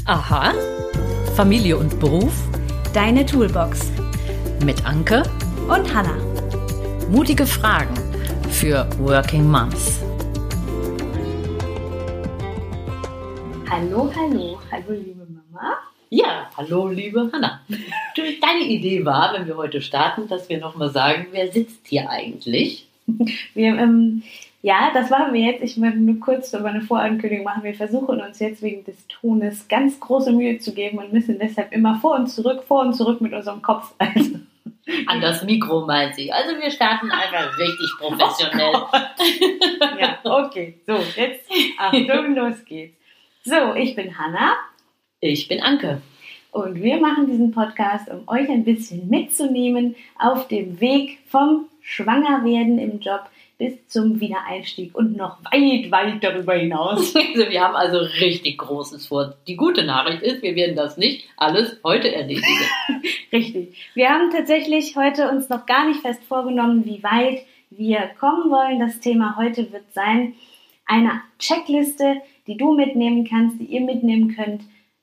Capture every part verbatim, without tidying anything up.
Aha, Familie und Beruf, deine Toolbox mit Anke und Hannah. Mutige Fragen für Working Moms. Hallo, hallo, hallo liebe Mama. Ja, hallo liebe Hannah. Deine Idee war, wenn wir heute starten, dass wir nochmal sagen, wer sitzt hier eigentlich? Wir, ähm, ja, das machen wir jetzt. Ich möchte nur kurz über eine Vorankündigung machen. Wir versuchen uns jetzt wegen des Tones ganz große Mühe zu geben und müssen deshalb immer vor und zurück, vor und zurück mit unserem Kopf. Also. An das Mikro meint sie. Also wir starten einfach richtig professionell. Oh ja, okay. So, jetzt Achtung, los geht's. So, ich bin Hannah. Ich bin Anke. Und wir machen diesen Podcast, um euch ein bisschen mitzunehmen auf dem Weg vom Schwangerwerden im Job bis zum Wiedereinstieg und noch weit, weit darüber hinaus. Also wir haben also richtig Großes vor. Die gute Nachricht ist, wir werden das nicht alles heute erledigen. Richtig. Wir haben tatsächlich heute uns noch gar nicht fest vorgenommen, wie weit wir kommen wollen. Das Thema heute wird sein, eine Checkliste, die du mitnehmen kannst, die ihr mitnehmen könnt,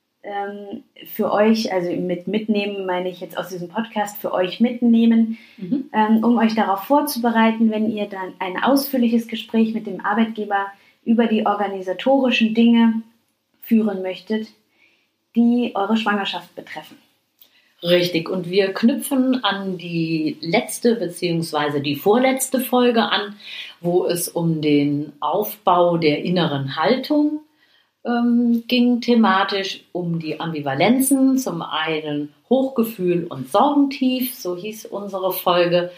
für euch, also mit mitnehmen meine ich jetzt aus diesem Podcast, für euch mitnehmen, mhm. ähm, um euch darauf vorzubereiten, wenn ihr dann ein ausführliches Gespräch mit dem Arbeitgeber über die organisatorischen Dinge führen möchtet, die eure Schwangerschaft betreffen. Richtig, und wir knüpfen an die letzte bzw. die vorletzte Folge an, wo es um den Aufbau der inneren Haltung Ähm, ging thematisch um die Ambivalenzen, zum einen Hochgefühl und Sorgentief, so hieß unsere Folge.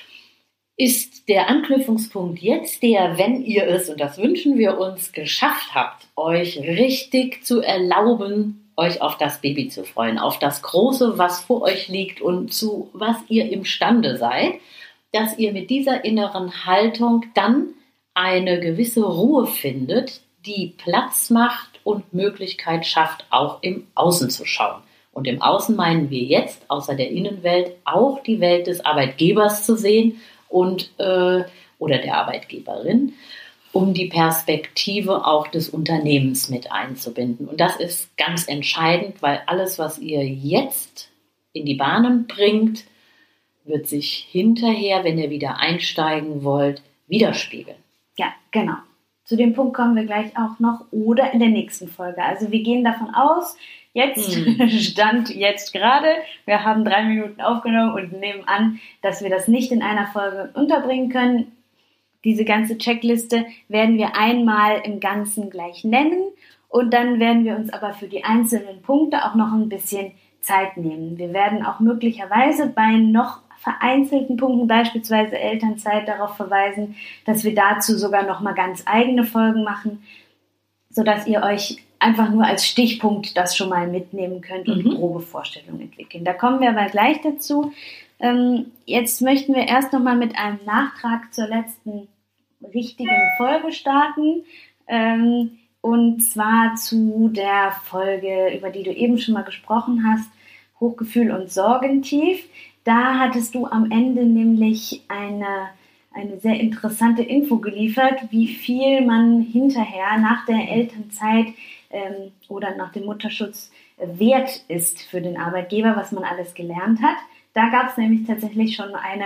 Ist der Anknüpfungspunkt jetzt der, wenn ihr es, und das wünschen wir uns, geschafft habt, euch richtig zu erlauben, euch auf das Baby zu freuen, auf das Große, was vor euch liegt und zu was ihr imstande seid, dass ihr mit dieser inneren Haltung dann eine gewisse Ruhe findet, die Platz macht und Möglichkeit schafft, auch im Außen zu schauen. Und im Außen meinen wir jetzt, außer der Innenwelt, auch die Welt des Arbeitgebers zu sehen und äh, oder der Arbeitgeberin, um die Perspektive auch des Unternehmens mit einzubinden. Und das ist ganz entscheidend, weil alles, was ihr jetzt in die Bahnen bringt, wird sich hinterher, wenn ihr wieder einsteigen wollt, widerspiegeln. Ja, genau. Zu dem Punkt kommen wir gleich auch noch oder in der nächsten Folge. Also wir gehen davon aus, jetzt hm. Stand jetzt gerade, wir haben drei Minuten aufgenommen und nehmen an, dass wir das nicht in einer Folge unterbringen können. Diese ganze Checkliste werden wir einmal im Ganzen gleich nennen und dann werden wir uns aber für die einzelnen Punkte auch noch ein bisschen Zeit nehmen. Wir werden auch möglicherweise bei noch vereinzelten Punkten, beispielsweise Elternzeit, darauf verweisen, dass wir dazu sogar noch mal ganz eigene Folgen machen, sodass ihr euch einfach nur als Stichpunkt das schon mal mitnehmen könnt und mhm. grobe Vorstellungen entwickeln. Da kommen wir aber gleich dazu. Ähm, jetzt möchten wir erst noch mal mit einem Nachtrag zur letzten richtigen Folge starten. Ähm, und zwar zu der Folge, über die du eben schon mal gesprochen hast, Hochgefühl und Sorgentief. Da hattest du am Ende nämlich eine, eine sehr interessante Info geliefert, wie viel man hinterher nach der Elternzeit ähm, oder nach dem Mutterschutz wert ist für den Arbeitgeber, was man alles gelernt hat. Da gab es nämlich tatsächlich schon eine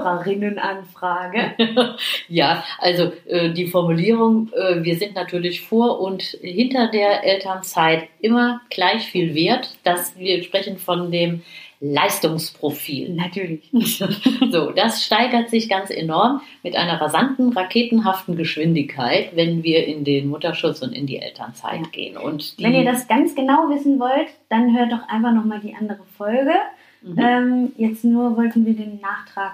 Hörerinnenanfrage. Ja, also äh, die Formulierung, äh, wir sind natürlich vor und hinter der Elternzeit immer gleich viel wert. Das, wir sprechen von dem Leistungsprofil. Natürlich. So, das steigert sich ganz enorm mit einer rasanten, raketenhaften Geschwindigkeit, wenn wir in den Mutterschutz und in die Elternzeit ja. gehen. Und die, wenn ihr das ganz genau wissen wollt, dann hört doch einfach nochmal die andere Folge. Mhm. Ähm, jetzt nur wollten wir den Nachtrag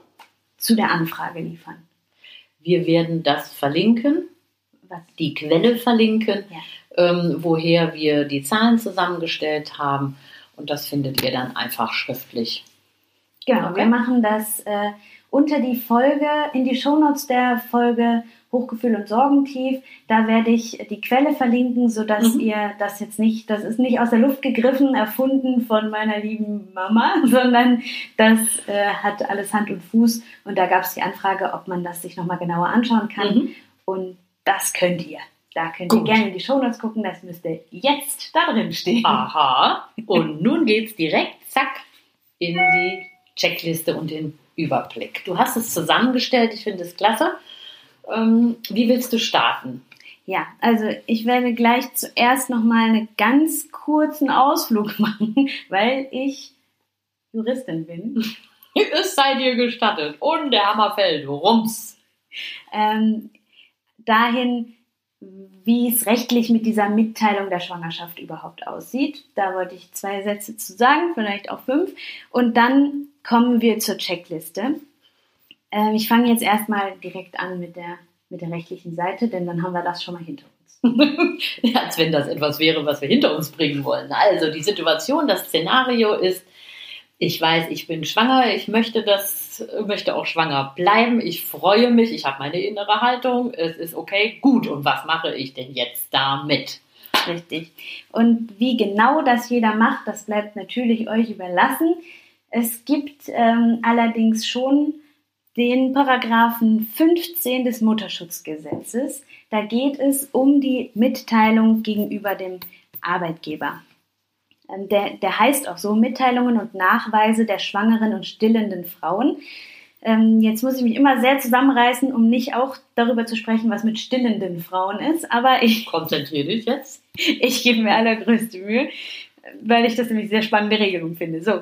zu der Anfrage liefern. Wir werden das verlinken, Was? die Quelle verlinken, ja. ähm, woher wir die Zahlen zusammengestellt haben. Und das findet ihr dann einfach schriftlich. Genau, okay. Wir machen das äh, unter die Folge, in die Shownotes der Folge Hochgefühl und Sorgentief. Da werde ich die Quelle verlinken, sodass mhm. ihr das jetzt nicht, das ist nicht aus der Luft gegriffen, erfunden von meiner lieben Mama, sondern das äh, hat alles Hand und Fuß. Und da gab es die Anfrage, ob man das sich nochmal genauer anschauen kann. Mhm. Und das könnt ihr. Da könnt Gut. ihr gerne in die Shownotes gucken, das müsste jetzt da drin stehen. Aha. Und nun geht's direkt, zack, in die Checkliste und den Überblick. Du hast es zusammengestellt, ich finde es klasse. Ähm, wie willst du starten? Ja, also ich werde gleich zuerst nochmal einen ganz kurzen Ausflug machen, weil ich Juristin bin. Es sei dir gestattet. Und der Hammer fällt. Rums. Ähm, dahin, wie es rechtlich mit dieser Mitteilung der Schwangerschaft überhaupt aussieht. Da wollte ich zwei Sätze zu sagen, vielleicht auch fünf. Und dann kommen wir zur Checkliste. Ähm, ich fange jetzt erstmal direkt an mit der, mit der rechtlichen Seite, denn dann haben wir das schon mal hinter uns. Ja, als wenn das etwas wäre, was wir hinter uns bringen wollen. Also die Situation, das Szenario ist, ich weiß, ich bin schwanger, ich möchte das, möchte auch schwanger bleiben, ich freue mich, ich habe meine innere Haltung, es ist okay, gut, und was mache ich denn jetzt damit? Richtig. Und wie genau das jeder macht, das bleibt natürlich euch überlassen. Es gibt ähm, allerdings schon den Paragraphen fünfzehn des Mutterschutzgesetzes. Da geht es um die Mitteilung gegenüber dem Arbeitgeber. Der, der heißt auch so, Mitteilungen und Nachweise der schwangeren und stillenden Frauen. Ähm, jetzt muss ich mich immer sehr zusammenreißen, um nicht auch darüber zu sprechen, was mit stillenden Frauen ist. Aber ich konzentriere dich jetzt. Ich gebe mir allergrößte Mühe, weil ich das nämlich sehr spannende Regelung finde. So,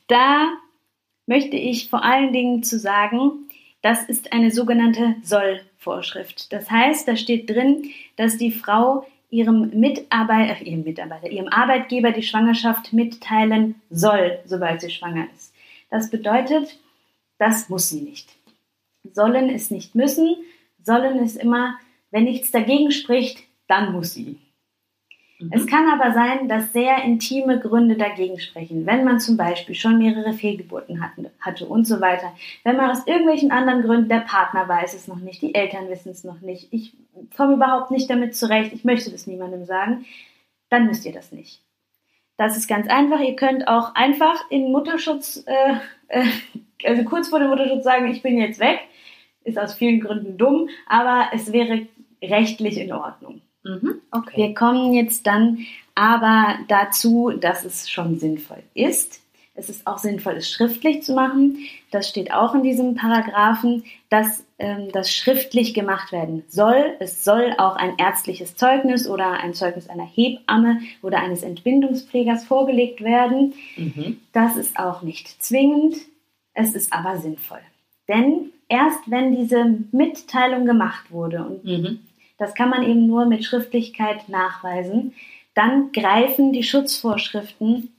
da möchte ich vor allen Dingen zu sagen, das ist eine sogenannte Soll-Vorschrift. Das heißt, da steht drin, dass die Frau ihrem Mitarbeiter, ihrem Mitarbeiter, ihrem Arbeitgeber die Schwangerschaft mitteilen soll, sobald sie schwanger ist. Das bedeutet, das muss sie nicht. Sollen ist nicht müssen, sollen ist immer, wenn nichts dagegen spricht, dann muss sie. Mhm. Es kann aber sein, dass sehr intime Gründe dagegen sprechen, wenn man zum Beispiel schon mehrere Fehlgeburten hatte, hatte und so weiter. Wenn man aus irgendwelchen anderen Gründen, der Partner weiß es noch nicht, die Eltern wissen es noch nicht, ich komme überhaupt nicht damit zurecht, ich möchte das niemandem sagen, dann müsst ihr das nicht. Das ist ganz einfach, ihr könnt auch einfach in Mutterschutz, äh, äh, also kurz vor dem Mutterschutz sagen, ich bin jetzt weg, ist aus vielen Gründen dumm, aber es wäre rechtlich in Ordnung. Okay. Wir kommen jetzt dann aber dazu, dass es schon sinnvoll ist. Es ist auch sinnvoll, es schriftlich zu machen. Das steht auch in diesem Paragraphen, dass ähm, das schriftlich gemacht werden soll. Es soll auch ein ärztliches Zeugnis oder ein Zeugnis einer Hebamme oder eines Entbindungspflegers vorgelegt werden. Mhm. Das ist auch nicht zwingend, es ist aber sinnvoll. Denn erst wenn diese Mitteilung gemacht wurde und mhm. das kann man eben nur mit Schriftlichkeit nachweisen. Dann greifen die Schutzvorschriften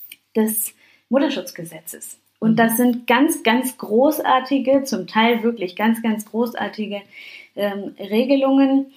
des Mutterschutzgesetzes. Und das sind ganz, ganz großartige, zum Teil wirklich ganz, ganz großartige ähm, Regelungen.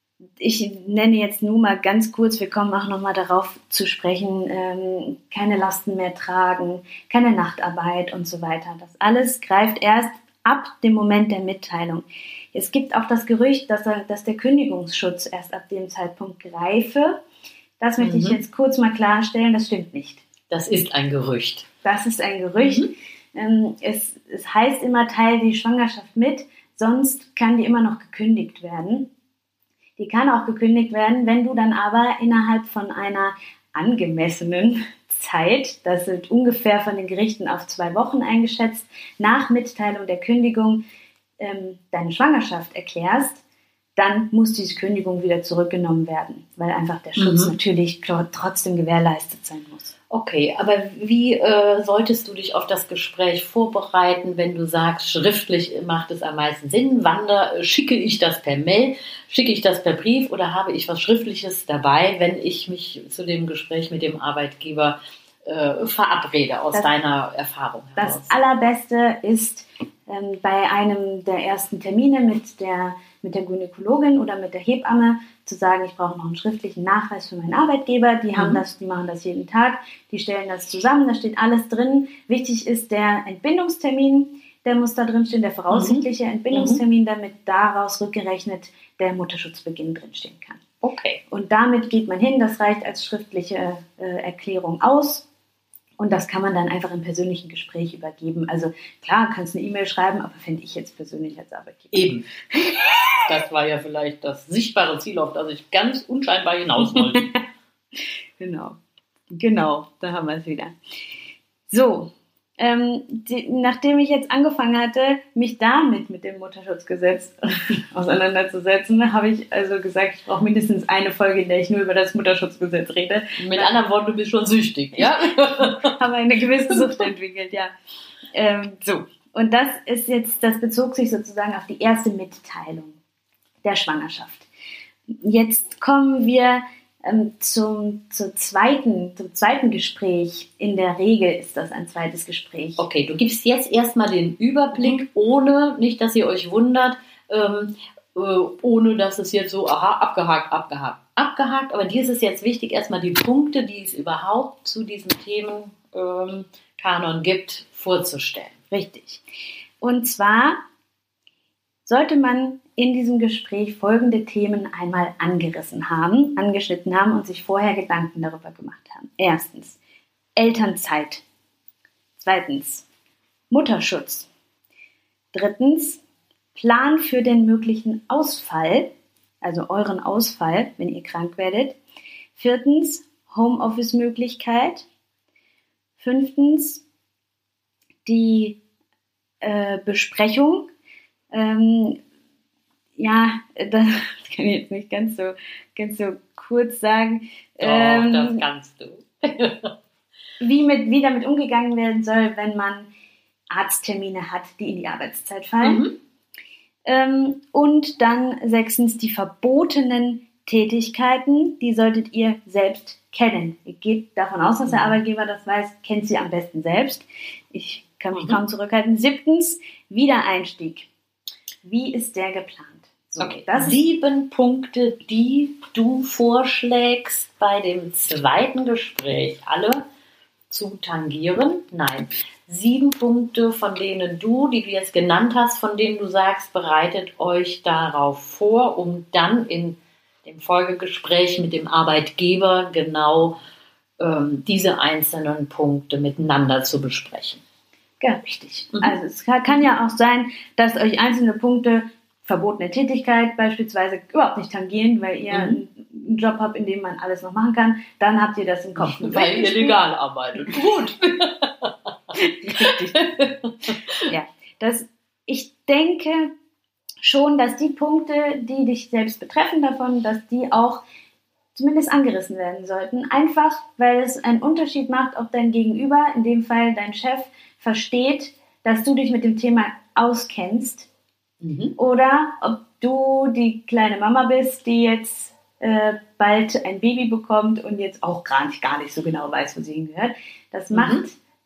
Ich nenne jetzt nur mal ganz kurz, wir kommen auch nochmal darauf zu sprechen, ähm, keine Lasten mehr tragen, keine Nachtarbeit und so weiter. Das alles greift erst ab dem Moment der Mitteilung. Es gibt auch das Gerücht, dass, er, dass der Kündigungsschutz erst ab dem Zeitpunkt greife. Das möchte mhm. ich jetzt kurz mal klarstellen, das stimmt nicht. Das ist ein Gerücht. Das ist ein Gerücht. Mhm. Ähm, es, es heißt immer, teile die Schwangerschaft mit, sonst kann die immer noch gekündigt werden. Die kann auch gekündigt werden, wenn du dann aber innerhalb von einer angemessenen Zeit, das wird ungefähr von den Gerichten auf zwei Wochen eingeschätzt, nach Mitteilung der Kündigung ähm, deine Schwangerschaft erklärst, dann muss diese Kündigung wieder zurückgenommen werden, weil einfach der Schutz mhm. natürlich trotzdem gewährleistet sein muss. Okay, aber wie äh, solltest du dich auf das Gespräch vorbereiten, wenn du sagst, schriftlich macht es am meisten Sinn? Wann da, schicke ich das per Mail, schicke ich das per Brief oder habe ich was Schriftliches dabei, wenn ich mich zu dem Gespräch mit dem Arbeitgeber äh, verabrede, aus das, deiner Erfahrung heraus? Das Allerbeste ist ähm, bei einem der ersten Termine mit der, mit der Gynäkologin oder mit der Hebamme zu sagen, ich brauche noch einen schriftlichen Nachweis für meinen Arbeitgeber. Die haben mhm. das, die machen das jeden Tag, die stellen das zusammen, da steht alles drin. Wichtig ist der Entbindungstermin, der muss da drin stehen, der voraussichtliche mhm. Entbindungstermin, damit daraus rückgerechnet der Mutterschutzbeginn drinstehen kann. Okay. Und damit geht man hin, das reicht als schriftliche äh, Erklärung aus. Und das kann man dann einfach im persönlichen Gespräch übergeben. Also klar, kannst eine E-Mail schreiben, aber finde ich jetzt persönlich als Arbeitgeber. Eben. Das war ja vielleicht das sichtbare Ziel, auf das ich ganz unscheinbar hinaus wollte. Genau. Genau, da haben wir es wieder. So, ähm, die, nachdem ich jetzt angefangen hatte, mich damit mit dem Mutterschutzgesetz auseinanderzusetzen, habe ich also gesagt, ich brauche mindestens eine Folge, in der ich nur über das Mutterschutzgesetz rede. Mit anderen Worten, du bist schon süchtig, ja? Habe eine gewisse Sucht entwickelt, ja. Ähm, so, und das ist jetzt, das bezog sich sozusagen auf die erste Mitteilung der Schwangerschaft. Jetzt kommen wir ähm, zum, zur zweiten, zum zweiten Gespräch. In der Regel ist das ein zweites Gespräch. Okay, du gibst jetzt erstmal den Überblick, mhm. ohne, nicht, dass ihr euch wundert, ähm, äh, ohne dass es jetzt so, aha, abgehakt, abgehakt, abgehakt. Aber dir ist es jetzt wichtig, erstmal die Punkte, die es überhaupt zu diesem Themenkanon ähm, gibt, vorzustellen. Richtig. Und zwar sollte man in diesem Gespräch folgende Themen einmal angerissen haben, angeschnitten haben und sich vorher Gedanken darüber gemacht haben. Erstens, Elternzeit. Zweitens, Mutterschutz. Drittens, Plan für den möglichen Ausfall, also euren Ausfall, wenn ihr krank werdet. Viertens, Homeoffice-Möglichkeit. Fünftens, die äh, Besprechung. Ähm, ja, das kann ich jetzt nicht ganz so, ganz so kurz sagen. Doch, ähm, das kannst du. wie, mit, wie damit umgegangen werden soll, wenn man Arzttermine hat, die in die Arbeitszeit fallen. Mhm. Ähm, und dann sechstens die verbotenen Tätigkeiten, die solltet ihr selbst kennen. Ihr geht davon aus, dass der Arbeitgeber das weiß, kennt sie am besten selbst. Ich kann mich mhm. kaum zurückhalten. Siebtens, Wiedereinstieg. Wie ist der geplant? So, okay. Das sieben Punkte, die du vorschlägst, bei dem zweiten Gespräch alle zu tangieren. Nein, sieben Punkte, von denen du, die du jetzt genannt hast, von denen du sagst, bereitet euch darauf vor, um dann in dem Folgegespräch mit dem Arbeitgeber genau ähm, diese einzelnen Punkte miteinander zu besprechen. Ja, richtig. Mhm. Also es kann ja auch sein, dass euch einzelne Punkte, verbotene Tätigkeit beispielsweise, überhaupt nicht tangieren, weil ihr mhm. einen Job habt, in dem man alles noch machen kann. Dann habt ihr das im Kopf. Weil ihr legal arbeitet. Gut. Richtig. Ja, das, ich denke schon, dass die Punkte, die dich selbst betreffen davon, dass die auch zumindest angerissen werden sollten. Einfach, weil es einen Unterschied macht, ob dein Gegenüber, in dem Fall dein Chef, versteht, dass du dich mit dem Thema auskennst mhm. oder ob du die kleine Mama bist, die jetzt äh, bald ein Baby bekommt und jetzt auch gar nicht, gar nicht so genau weiß, wo sie hingehört. Das mhm. macht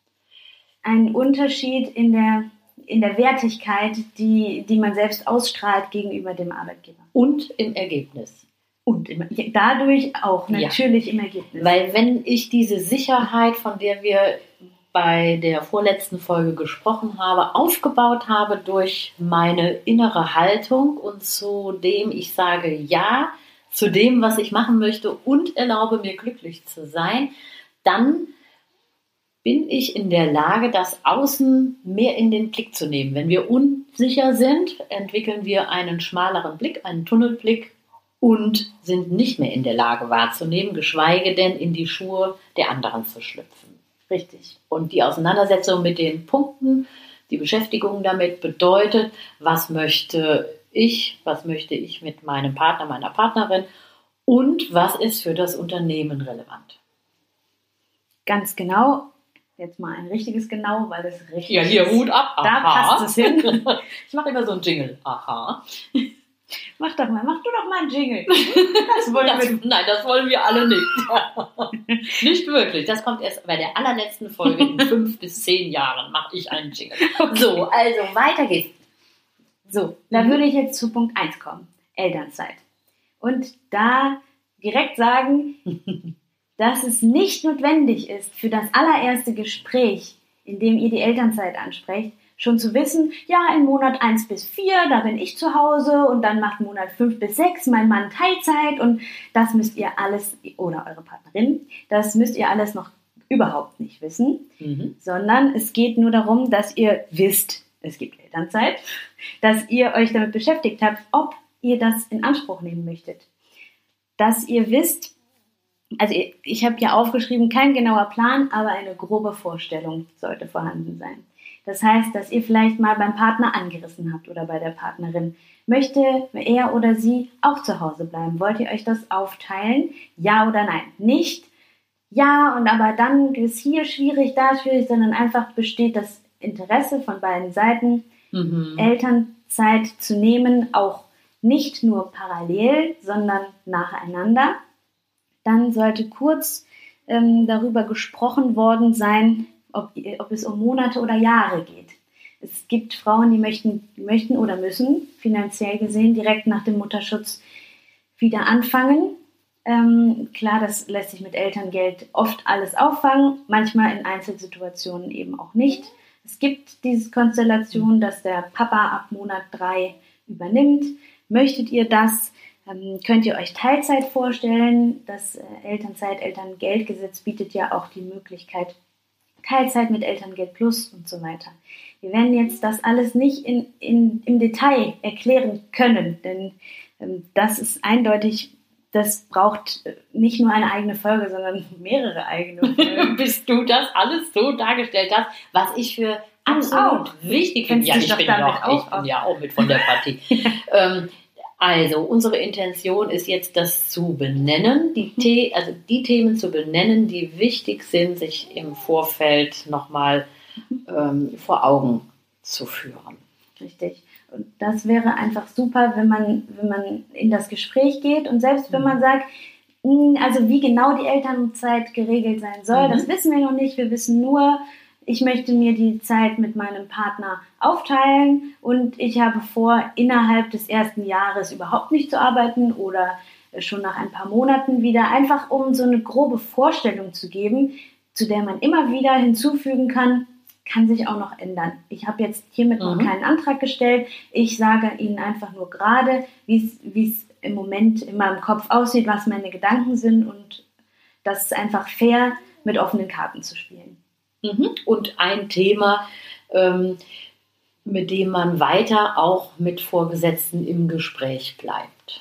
einen Unterschied in der, in der Wertigkeit, die, die man selbst ausstrahlt gegenüber dem Arbeitgeber. Und im Ergebnis. Und im, dadurch auch natürlich ja. im Ergebnis. Weil wenn ich diese Sicherheit, von der wir bei der vorletzten Folge gesprochen habe, aufgebaut habe durch meine innere Haltung und zu dem ich sage ja, zu dem, was ich machen möchte und erlaube mir glücklich zu sein, dann bin ich in der Lage, das Außen mehr in den Blick zu nehmen. Wenn wir unsicher sind, entwickeln wir einen schmaleren Blick, einen Tunnelblick und sind nicht mehr in der Lage wahrzunehmen, geschweige denn in die Schuhe der anderen zu schlüpfen. Richtig. Und die Auseinandersetzung mit den Punkten, die Beschäftigung damit bedeutet, was möchte ich, was möchte ich mit meinem Partner, meiner Partnerin und was ist für das Unternehmen relevant. Ganz genau. Jetzt mal ein richtiges Genau, weil es richtig ja, hier, Hut ab. Aha. Da passt es hin. Ich mache immer so einen Jingle. Aha. Mach doch mal, mach du doch mal einen Jingle. Das wollen das, wir, nein, das wollen wir alle nicht. Nicht wirklich. Das kommt erst bei der allerletzten Folge in fünf bis zehn Jahren mache ich einen Jingle. Okay. So, also weiter geht's. So, da mhm. würde ich jetzt zu Punkt eins kommen. Elternzeit. Und da direkt sagen, dass es nicht notwendig ist, für das allererste Gespräch, in dem ihr die Elternzeit ansprecht, schon zu wissen, ja, in Monat eins bis vier, da bin ich zu Hause und dann macht Monat fünf bis sechs mein Mann Teilzeit und das müsst ihr alles, oder eure Partnerin, das müsst ihr alles noch überhaupt nicht wissen, Mhm. sondern es geht nur darum, dass ihr wisst, es gibt Elternzeit, dass ihr euch damit beschäftigt habt, ob ihr das in Anspruch nehmen möchtet. Dass ihr wisst, also ich habe ja aufgeschrieben, kein genauer Plan, aber eine grobe Vorstellung sollte vorhanden sein. Das heißt, dass ihr vielleicht mal beim Partner angerissen habt oder bei der Partnerin. Möchte er oder sie auch zu Hause bleiben? Wollt ihr euch das aufteilen? Ja oder nein? Nicht ja und aber dann ist hier schwierig, da schwierig, sondern einfach besteht das Interesse von beiden Seiten, Mhm. Elternzeit zu nehmen, auch nicht nur parallel, sondern nacheinander. Dann sollte kurz ähm, darüber gesprochen worden sein, ob, ob es um Monate oder Jahre geht. Es gibt Frauen, die möchten, möchten oder müssen, finanziell gesehen, direkt nach dem Mutterschutz wieder anfangen. Ähm, klar, das lässt sich mit Elterngeld oft alles auffangen, manchmal in Einzelsituationen eben auch nicht. Es gibt diese Konstellation, dass der Papa ab Monat drei übernimmt. Möchtet ihr das? Ähm, könnt ihr euch Teilzeit vorstellen? Das äh, Elternzeit, Elterngeldgesetz bietet ja auch die Möglichkeit, Teilzeit mit Elterngeld Plus und so weiter. Wir werden jetzt das alles nicht in, in, im Detail erklären können, denn ähm, das ist eindeutig, das braucht äh, nicht nur eine eigene Folge, sondern mehrere eigene Folgen. Bis du das alles so dargestellt hast, was ich für absolut auch. wichtig Kennst finde. Ja, dich ich doch bin, damit ja, auch ich bin aus. ja auch mit von der Partie. ähm, also, unsere Intention ist jetzt, das zu benennen, die, The- also die Themen zu benennen, die wichtig sind, sich im Vorfeld nochmal ähm, vor Augen zu führen. Richtig. Und das wäre einfach super, wenn man, wenn man in das Gespräch geht und selbst wenn man sagt, mh, also wie genau die Elternzeit geregelt sein soll, Mhm. das wissen wir noch nicht. Wir wissen nur, ich möchte mir die Zeit mit meinem Partner aufteilen und ich habe vor, innerhalb des ersten Jahres überhaupt nicht zu arbeiten oder schon nach ein paar Monaten wieder, einfach um so eine grobe Vorstellung zu geben, zu der man immer wieder hinzufügen kann, kann sich auch noch ändern. Ich habe jetzt hiermit noch Mhm. keinen Antrag gestellt. Ich sage Ihnen einfach nur gerade, wie es im Moment in meinem Kopf aussieht, was meine Gedanken sind und das ist einfach fair, mit offenen Karten zu spielen. Mhm. Und ein Thema, ähm, mit dem man weiter auch mit Vorgesetzten im Gespräch bleibt.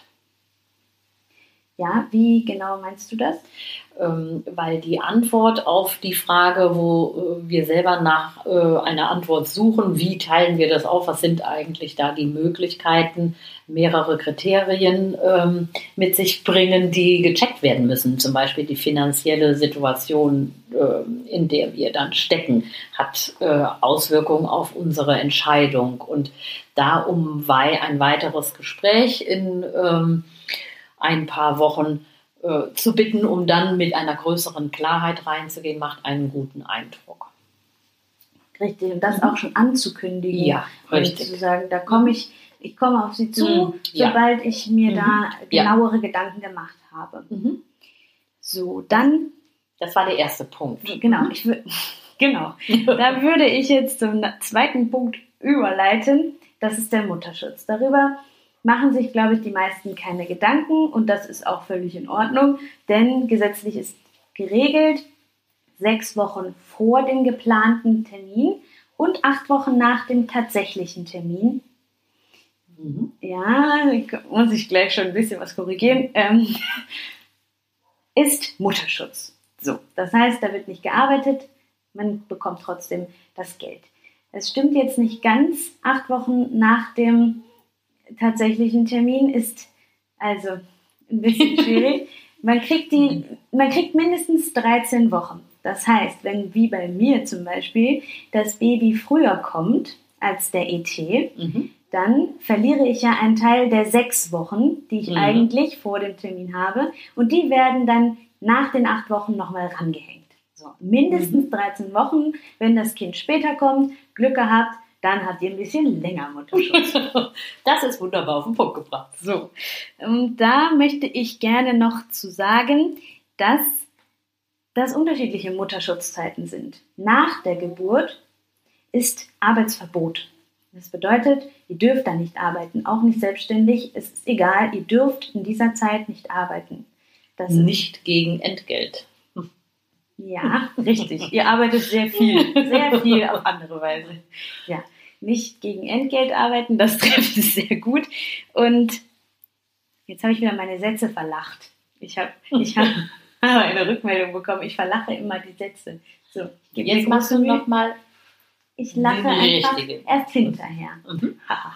Ja, wie genau meinst du das? Ähm, weil die Antwort auf die Frage, wo äh, wir selber nach äh, einer Antwort suchen, wie teilen wir das auf, was sind eigentlich da die Möglichkeiten, mehrere Kriterien ähm, mit sich bringen, die gecheckt werden müssen. Zum Beispiel die finanzielle Situation, äh, in der wir dann stecken, hat äh, Auswirkungen auf unsere Entscheidung. Und da um wei- ein weiteres Gespräch in ähm, ein paar Wochen äh, zu bitten, um dann mit einer größeren Klarheit reinzugehen, macht einen guten Eindruck. Richtig, und das auch schon anzukündigen. Ja, und richtig. zu sagen, da komme ich, ich komme auf Sie zu, Mhm, ja. sobald ich mir Mhm, da ja. genauere Gedanken gemacht habe. Mhm. So, dann, Das war der erste Punkt. genau, ich wür- genau, da würde ich jetzt zum zweiten Punkt überleiten. Das ist der Mutterschutz. Darüber machen sich, glaube ich, die meisten keine Gedanken und das ist auch völlig in Ordnung, denn gesetzlich ist geregelt, sechs Wochen vor dem geplanten Termin und acht Wochen nach dem tatsächlichen Termin. Mhm. Ja, muss ich gleich schon ein bisschen was korrigieren, ähm, ist Mutterschutz. So, das heißt, da wird nicht gearbeitet, man bekommt trotzdem das Geld. Es stimmt jetzt nicht ganz, acht Wochen nach dem tatsächlichen Termin ist also ein bisschen schwierig. Man kriegt, die, man kriegt mindestens dreizehn Wochen. Das heißt, wenn wie bei mir zum Beispiel das Baby früher kommt als der E T, Mhm. dann verliere ich ja einen Teil der sechs Wochen, die ich Mhm. eigentlich vor dem Termin habe. Und die werden dann nach den acht Wochen nochmal rangehängt. So, mindestens Mhm. dreizehn Wochen. Wenn das Kind später kommt, Glück gehabt, dann habt ihr ein bisschen länger Mutterschutz. Das ist wunderbar auf den Punkt gebracht. So, und da möchte ich gerne noch zu sagen, dass das unterschiedliche Mutterschutzzeiten sind. Nach der Geburt ist Arbeitsverbot. Das bedeutet, ihr dürft da nicht arbeiten, auch nicht selbstständig. Es ist egal, ihr dürft in dieser Zeit nicht arbeiten. Das Nicht gegen Entgelt. Ja, richtig. Ihr arbeitet sehr viel, sehr viel auf andere Weise. Ja, nicht gegen Entgelt arbeiten, das trifft es sehr gut. Und jetzt habe ich wieder meine Sätze verlacht. Ich habe ich hab eine Rückmeldung bekommen, ich verlache immer die Sätze. So, jetzt machst du nochmal. Ich lache einfach erst hinterher. Mhm.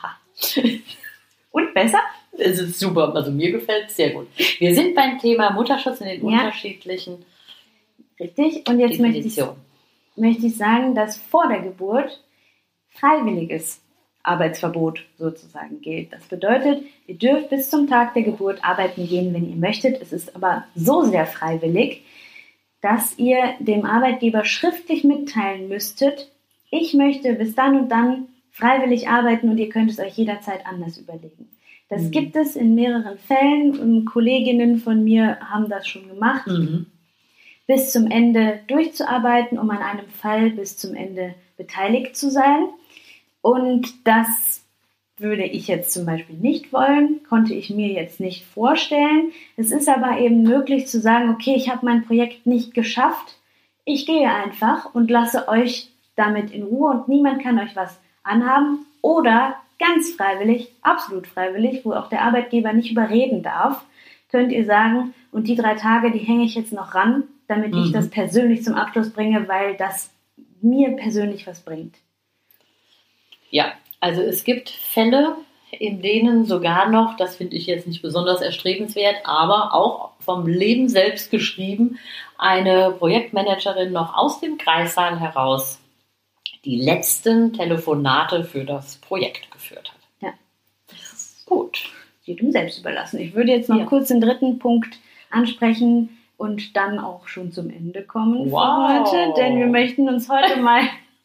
Und besser? Es ist super, also mir gefällt es sehr gut. Wir sind beim Thema Mutterschutz in den ja. unterschiedlichen Richtig, und jetzt möchte ich, möchte ich sagen, dass vor der Geburt freiwilliges Arbeitsverbot sozusagen gilt. Das bedeutet, ihr dürft bis zum Tag der Geburt arbeiten gehen, wenn ihr möchtet. Es ist aber so sehr freiwillig, dass ihr dem Arbeitgeber schriftlich mitteilen müsstet, ich möchte bis dann und dann freiwillig arbeiten und ihr könnt es euch jederzeit anders überlegen. Das mhm. gibt es in mehreren Fällen und Kolleginnen von mir haben das schon gemacht. Mhm. Bis zum Ende durchzuarbeiten, um an einem Fall bis zum Ende beteiligt zu sein. Und das würde ich jetzt zum Beispiel nicht wollen, konnte ich mir jetzt nicht vorstellen. Es ist aber eben möglich zu sagen, okay, ich habe mein Projekt nicht geschafft, ich gehe einfach und lasse euch damit in Ruhe und niemand kann euch was anhaben. Oder ganz freiwillig, absolut freiwillig, wo auch der Arbeitgeber nicht überreden darf, könnt ihr sagen, und die drei Tage, die hänge ich jetzt noch ran, damit mhm. ich das persönlich zum Abschluss bringe, weil das mir persönlich was bringt. Ja, also es gibt Fälle, in denen sogar noch, das finde ich jetzt nicht besonders erstrebenswert, aber auch vom Leben selbst geschrieben, eine Projektmanagerin noch aus dem Kreissaal heraus die letzten Telefonate für das Projekt geführt hat. Ja, das ist gut. Jedem selbst überlassen. Ich würde jetzt noch ja. kurz den dritten Punkt ansprechen und dann auch schon zum Ende kommen wow. für heute, denn wir möchten uns heute mal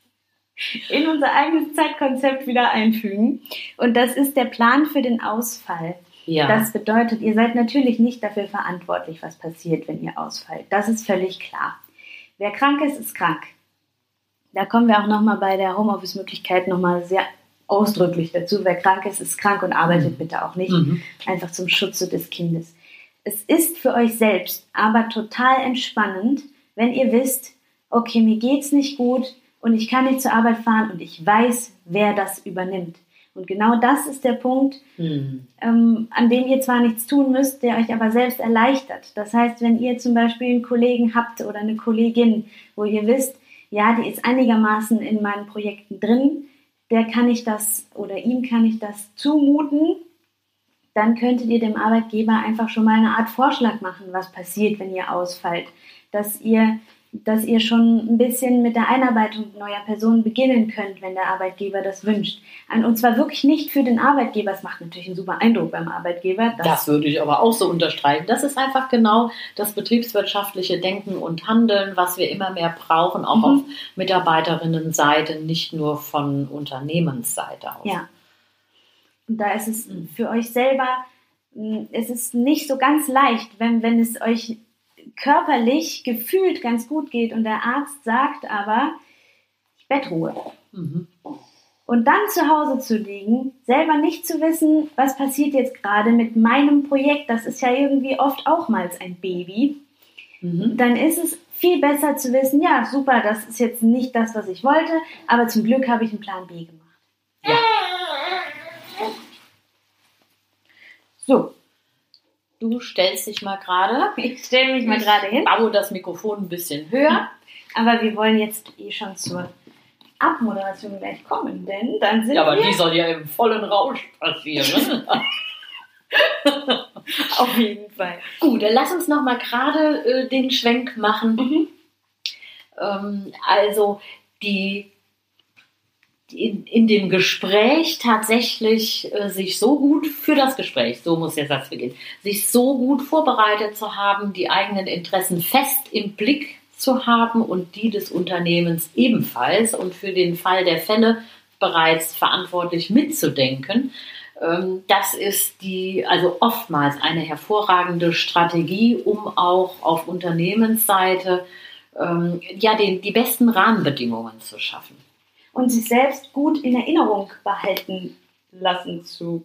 in unser eigenes Zeitkonzept wieder einfügen. Und das ist der Plan für den Ausfall. Ja. Das bedeutet, ihr seid natürlich nicht dafür verantwortlich, was passiert, wenn ihr ausfallt. Das ist völlig klar. Wer krank ist, ist krank. Da kommen wir auch nochmal bei der Homeoffice-Möglichkeit nochmal sehr ausdrücklich dazu. Wer krank ist, ist krank und arbeitet mhm. bitte auch nicht. Mhm. Einfach zum Schutze des Kindes. Es ist für euch selbst aber total entspannend, wenn ihr wisst, okay, mir geht's nicht gut und ich kann nicht zur Arbeit fahren und ich weiß, wer das übernimmt. Und genau das ist der Punkt, mhm. ähm, an dem ihr zwar nichts tun müsst, der euch aber selbst erleichtert. Das heißt, wenn ihr zum Beispiel einen Kollegen habt oder eine Kollegin, wo ihr wisst, ja, die ist einigermaßen in meinen Projekten drin, der kann ich das oder ihm kann ich das zumuten, dann könntet ihr dem Arbeitgeber einfach schon mal eine Art Vorschlag machen, was passiert, wenn ihr ausfallt. Dass ihr, dass ihr schon ein bisschen mit der Einarbeitung neuer Personen beginnen könnt, wenn der Arbeitgeber das wünscht. Und zwar wirklich nicht für den Arbeitgeber. Es macht natürlich einen super Eindruck beim Arbeitgeber. Das würde ich aber auch so unterstreichen. Das ist einfach genau das betriebswirtschaftliche Denken und Handeln, was wir immer mehr brauchen, auch mhm. auf Mitarbeiterinnenseite, nicht nur von Unternehmensseite aus. Ja. Und da ist es für euch selber, es ist nicht so ganz leicht, wenn, wenn es euch körperlich gefühlt ganz gut geht und der Arzt sagt aber, Bettruhe. Mhm. Und dann zu Hause zu liegen, selber nicht zu wissen, was passiert jetzt gerade mit meinem Projekt, das ist ja irgendwie oft auch mal ein Baby, mhm. dann ist es viel besser zu wissen, ja super, das ist jetzt nicht das, was ich wollte, aber zum Glück habe ich einen Plan B gemacht. Ja. So, du stellst dich mal gerade. Ich stelle mich mal gerade hin. Ich baue das Mikrofon ein bisschen höher. Aber wir wollen jetzt eh schon zur Abmoderation gleich kommen, denn dann sind ja, aber wir... die soll ja im vollen Rausch passieren. Auf jeden Fall. Gut, dann lass uns noch mal gerade äh, den Schwenk machen. Mhm. Ähm, also die... In, in dem Gespräch tatsächlich äh, sich so gut für das Gespräch, so muss der Satz beginnen, sich so gut vorbereitet zu haben, die eigenen Interessen fest im Blick zu haben und die des Unternehmens ebenfalls und für den Fall der Fälle bereits verantwortlich mitzudenken. Ähm, das ist die, also oftmals eine hervorragende Strategie, um auch auf Unternehmensseite ähm, ja, den, die besten Rahmenbedingungen zu schaffen. Und sich selbst gut in Erinnerung behalten lassen zu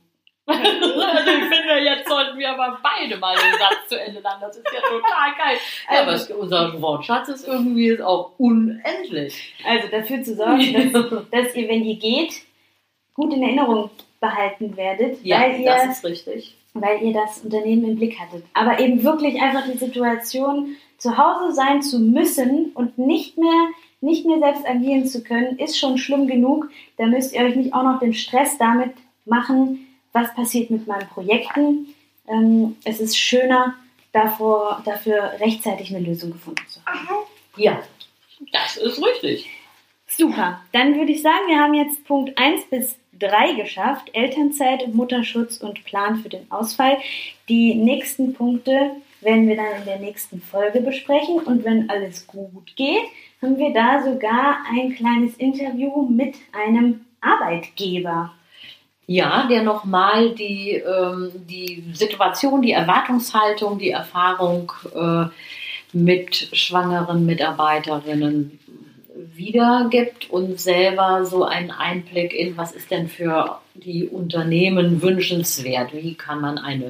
Also ich finde, jetzt sollten wir aber beide mal den Satz zu Ende sagen. Das ist ja total geil. Ja, Also, aber unser Wortschatz ist irgendwie ist auch unendlich. Also dafür zu sorgen, dass, dass ihr, wenn ihr geht, gut in Erinnerung behalten werdet, Ja, weil, ihr, das ist richtig. weil ihr das Unternehmen im Blick hattet. Aber eben wirklich einfach die Situation, zu Hause sein zu müssen und nicht mehr, nicht mehr selbst agieren zu können, ist schon schlimm genug. Da müsst ihr euch nicht auch noch den Stress damit machen, was passiert mit meinen Projekten. Ähm, es ist schöner, davor, dafür rechtzeitig eine Lösung gefunden zu haben. Ja, das ist richtig. Super, dann würde ich sagen, wir haben jetzt Punkt eins bis drei geschafft. Elternzeit, Mutterschutz und Plan für den Ausfall. Die nächsten Punkte werden wir dann in der nächsten Folge besprechen. Und wenn alles gut geht, haben wir da sogar ein kleines Interview mit einem Arbeitgeber. Ja, der nochmal die, ähm, die Situation, die Erwartungshaltung, die Erfahrung äh, mit schwangeren Mitarbeiterinnen wiedergibt und selber so einen Einblick in, was ist denn für die Unternehmen wünschenswert? Wie kann man eine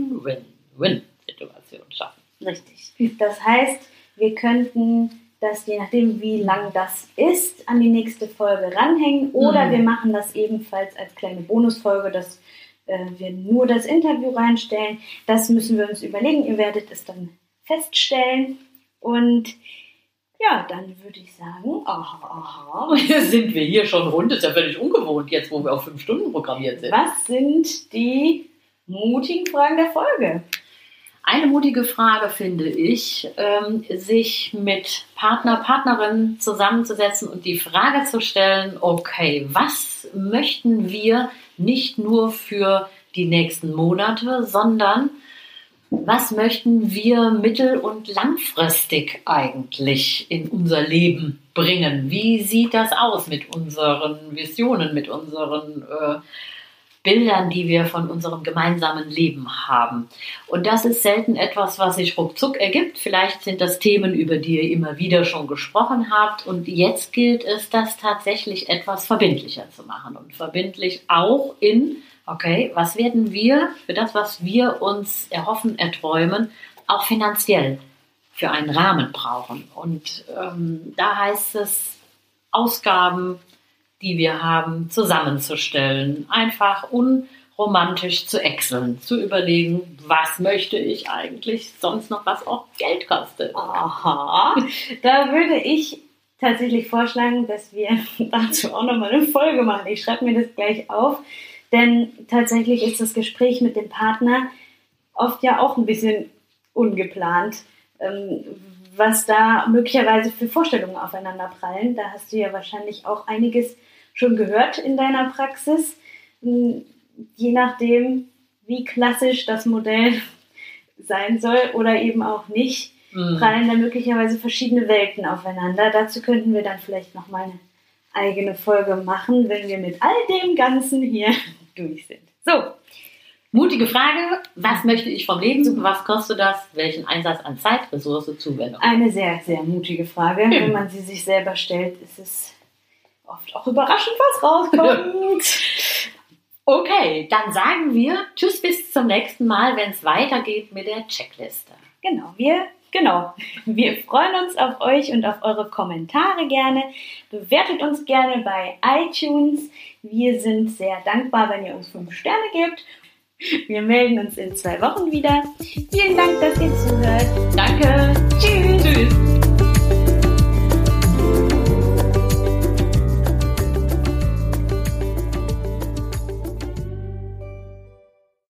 Win-Win-Win-Situation schaffen? Richtig. Das heißt, wir könnten das, je nachdem wie lang das ist, an die nächste Folge ranhängen oder mhm. wir machen das ebenfalls als kleine Bonusfolge, dass äh, wir nur das Interview reinstellen. Das müssen wir uns überlegen. Ihr werdet es dann feststellen und ja, dann würde ich sagen, aha, aha. Sind wir hier schon rund? Das ist ja völlig ungewohnt, jetzt wo wir auf fünf Stunden programmiert sind. Was sind die mutigen Fragen der Folge? Eine mutige Frage finde ich, ähm, sich mit Partner, Partnerinnen zusammenzusetzen und die Frage zu stellen, okay, was möchten wir nicht nur für die nächsten Monate, sondern was möchten wir mittel- und langfristig eigentlich in unser Leben bringen? Wie sieht das aus mit unseren Visionen, mit unseren äh, Bildern, die wir von unserem gemeinsamen Leben haben? Und das ist selten etwas, was sich ruckzuck ergibt. Vielleicht sind das Themen, über die ihr immer wieder schon gesprochen habt. Und jetzt gilt es, das tatsächlich etwas verbindlicher zu machen. Und verbindlich auch in, okay, was werden wir für das, was wir uns erhoffen, erträumen, auch finanziell für einen Rahmen brauchen. Und ähm, da heißt es, Ausgaben, die wir haben, zusammenzustellen. Einfach unromantisch zu exceln, zu überlegen, was möchte ich eigentlich sonst noch, was auch Geld kostet. Aha, da würde ich tatsächlich vorschlagen, dass wir dazu auch nochmal eine Folge machen. Ich schreibe mir das gleich auf, denn tatsächlich ist das Gespräch mit dem Partner oft ja auch ein bisschen ungeplant, was da möglicherweise für Vorstellungen aufeinander prallen. Da hast du ja wahrscheinlich auch einiges schon gehört in deiner Praxis. Je nachdem, wie klassisch das Modell sein soll oder eben auch nicht, mhm. prallen da möglicherweise verschiedene Welten aufeinander. Dazu könnten wir dann vielleicht nochmal eine eigene Folge machen, wenn wir mit all dem Ganzen hier durch sind. So. Mutige Frage, was möchte ich vom Leben? Was kostet das? Welchen Einsatz an Zeit, Ressource, Zuwendung? Eine sehr, sehr mutige Frage. Hm. Wenn man sie sich selber stellt, ist es oft auch überraschend, was rauskommt. Okay, dann sagen wir Tschüss bis zum nächsten Mal, wenn es weitergeht mit der Checkliste. Genau, wir, genau. Wir freuen uns auf euch und auf eure Kommentare gerne. Bewertet uns gerne bei iTunes. Wir sind sehr dankbar, wenn ihr uns fünf Sterne gebt. Wir melden uns in zwei Wochen wieder. Vielen Dank, dass ihr zuhört. Danke. Tschüss. Tschüss.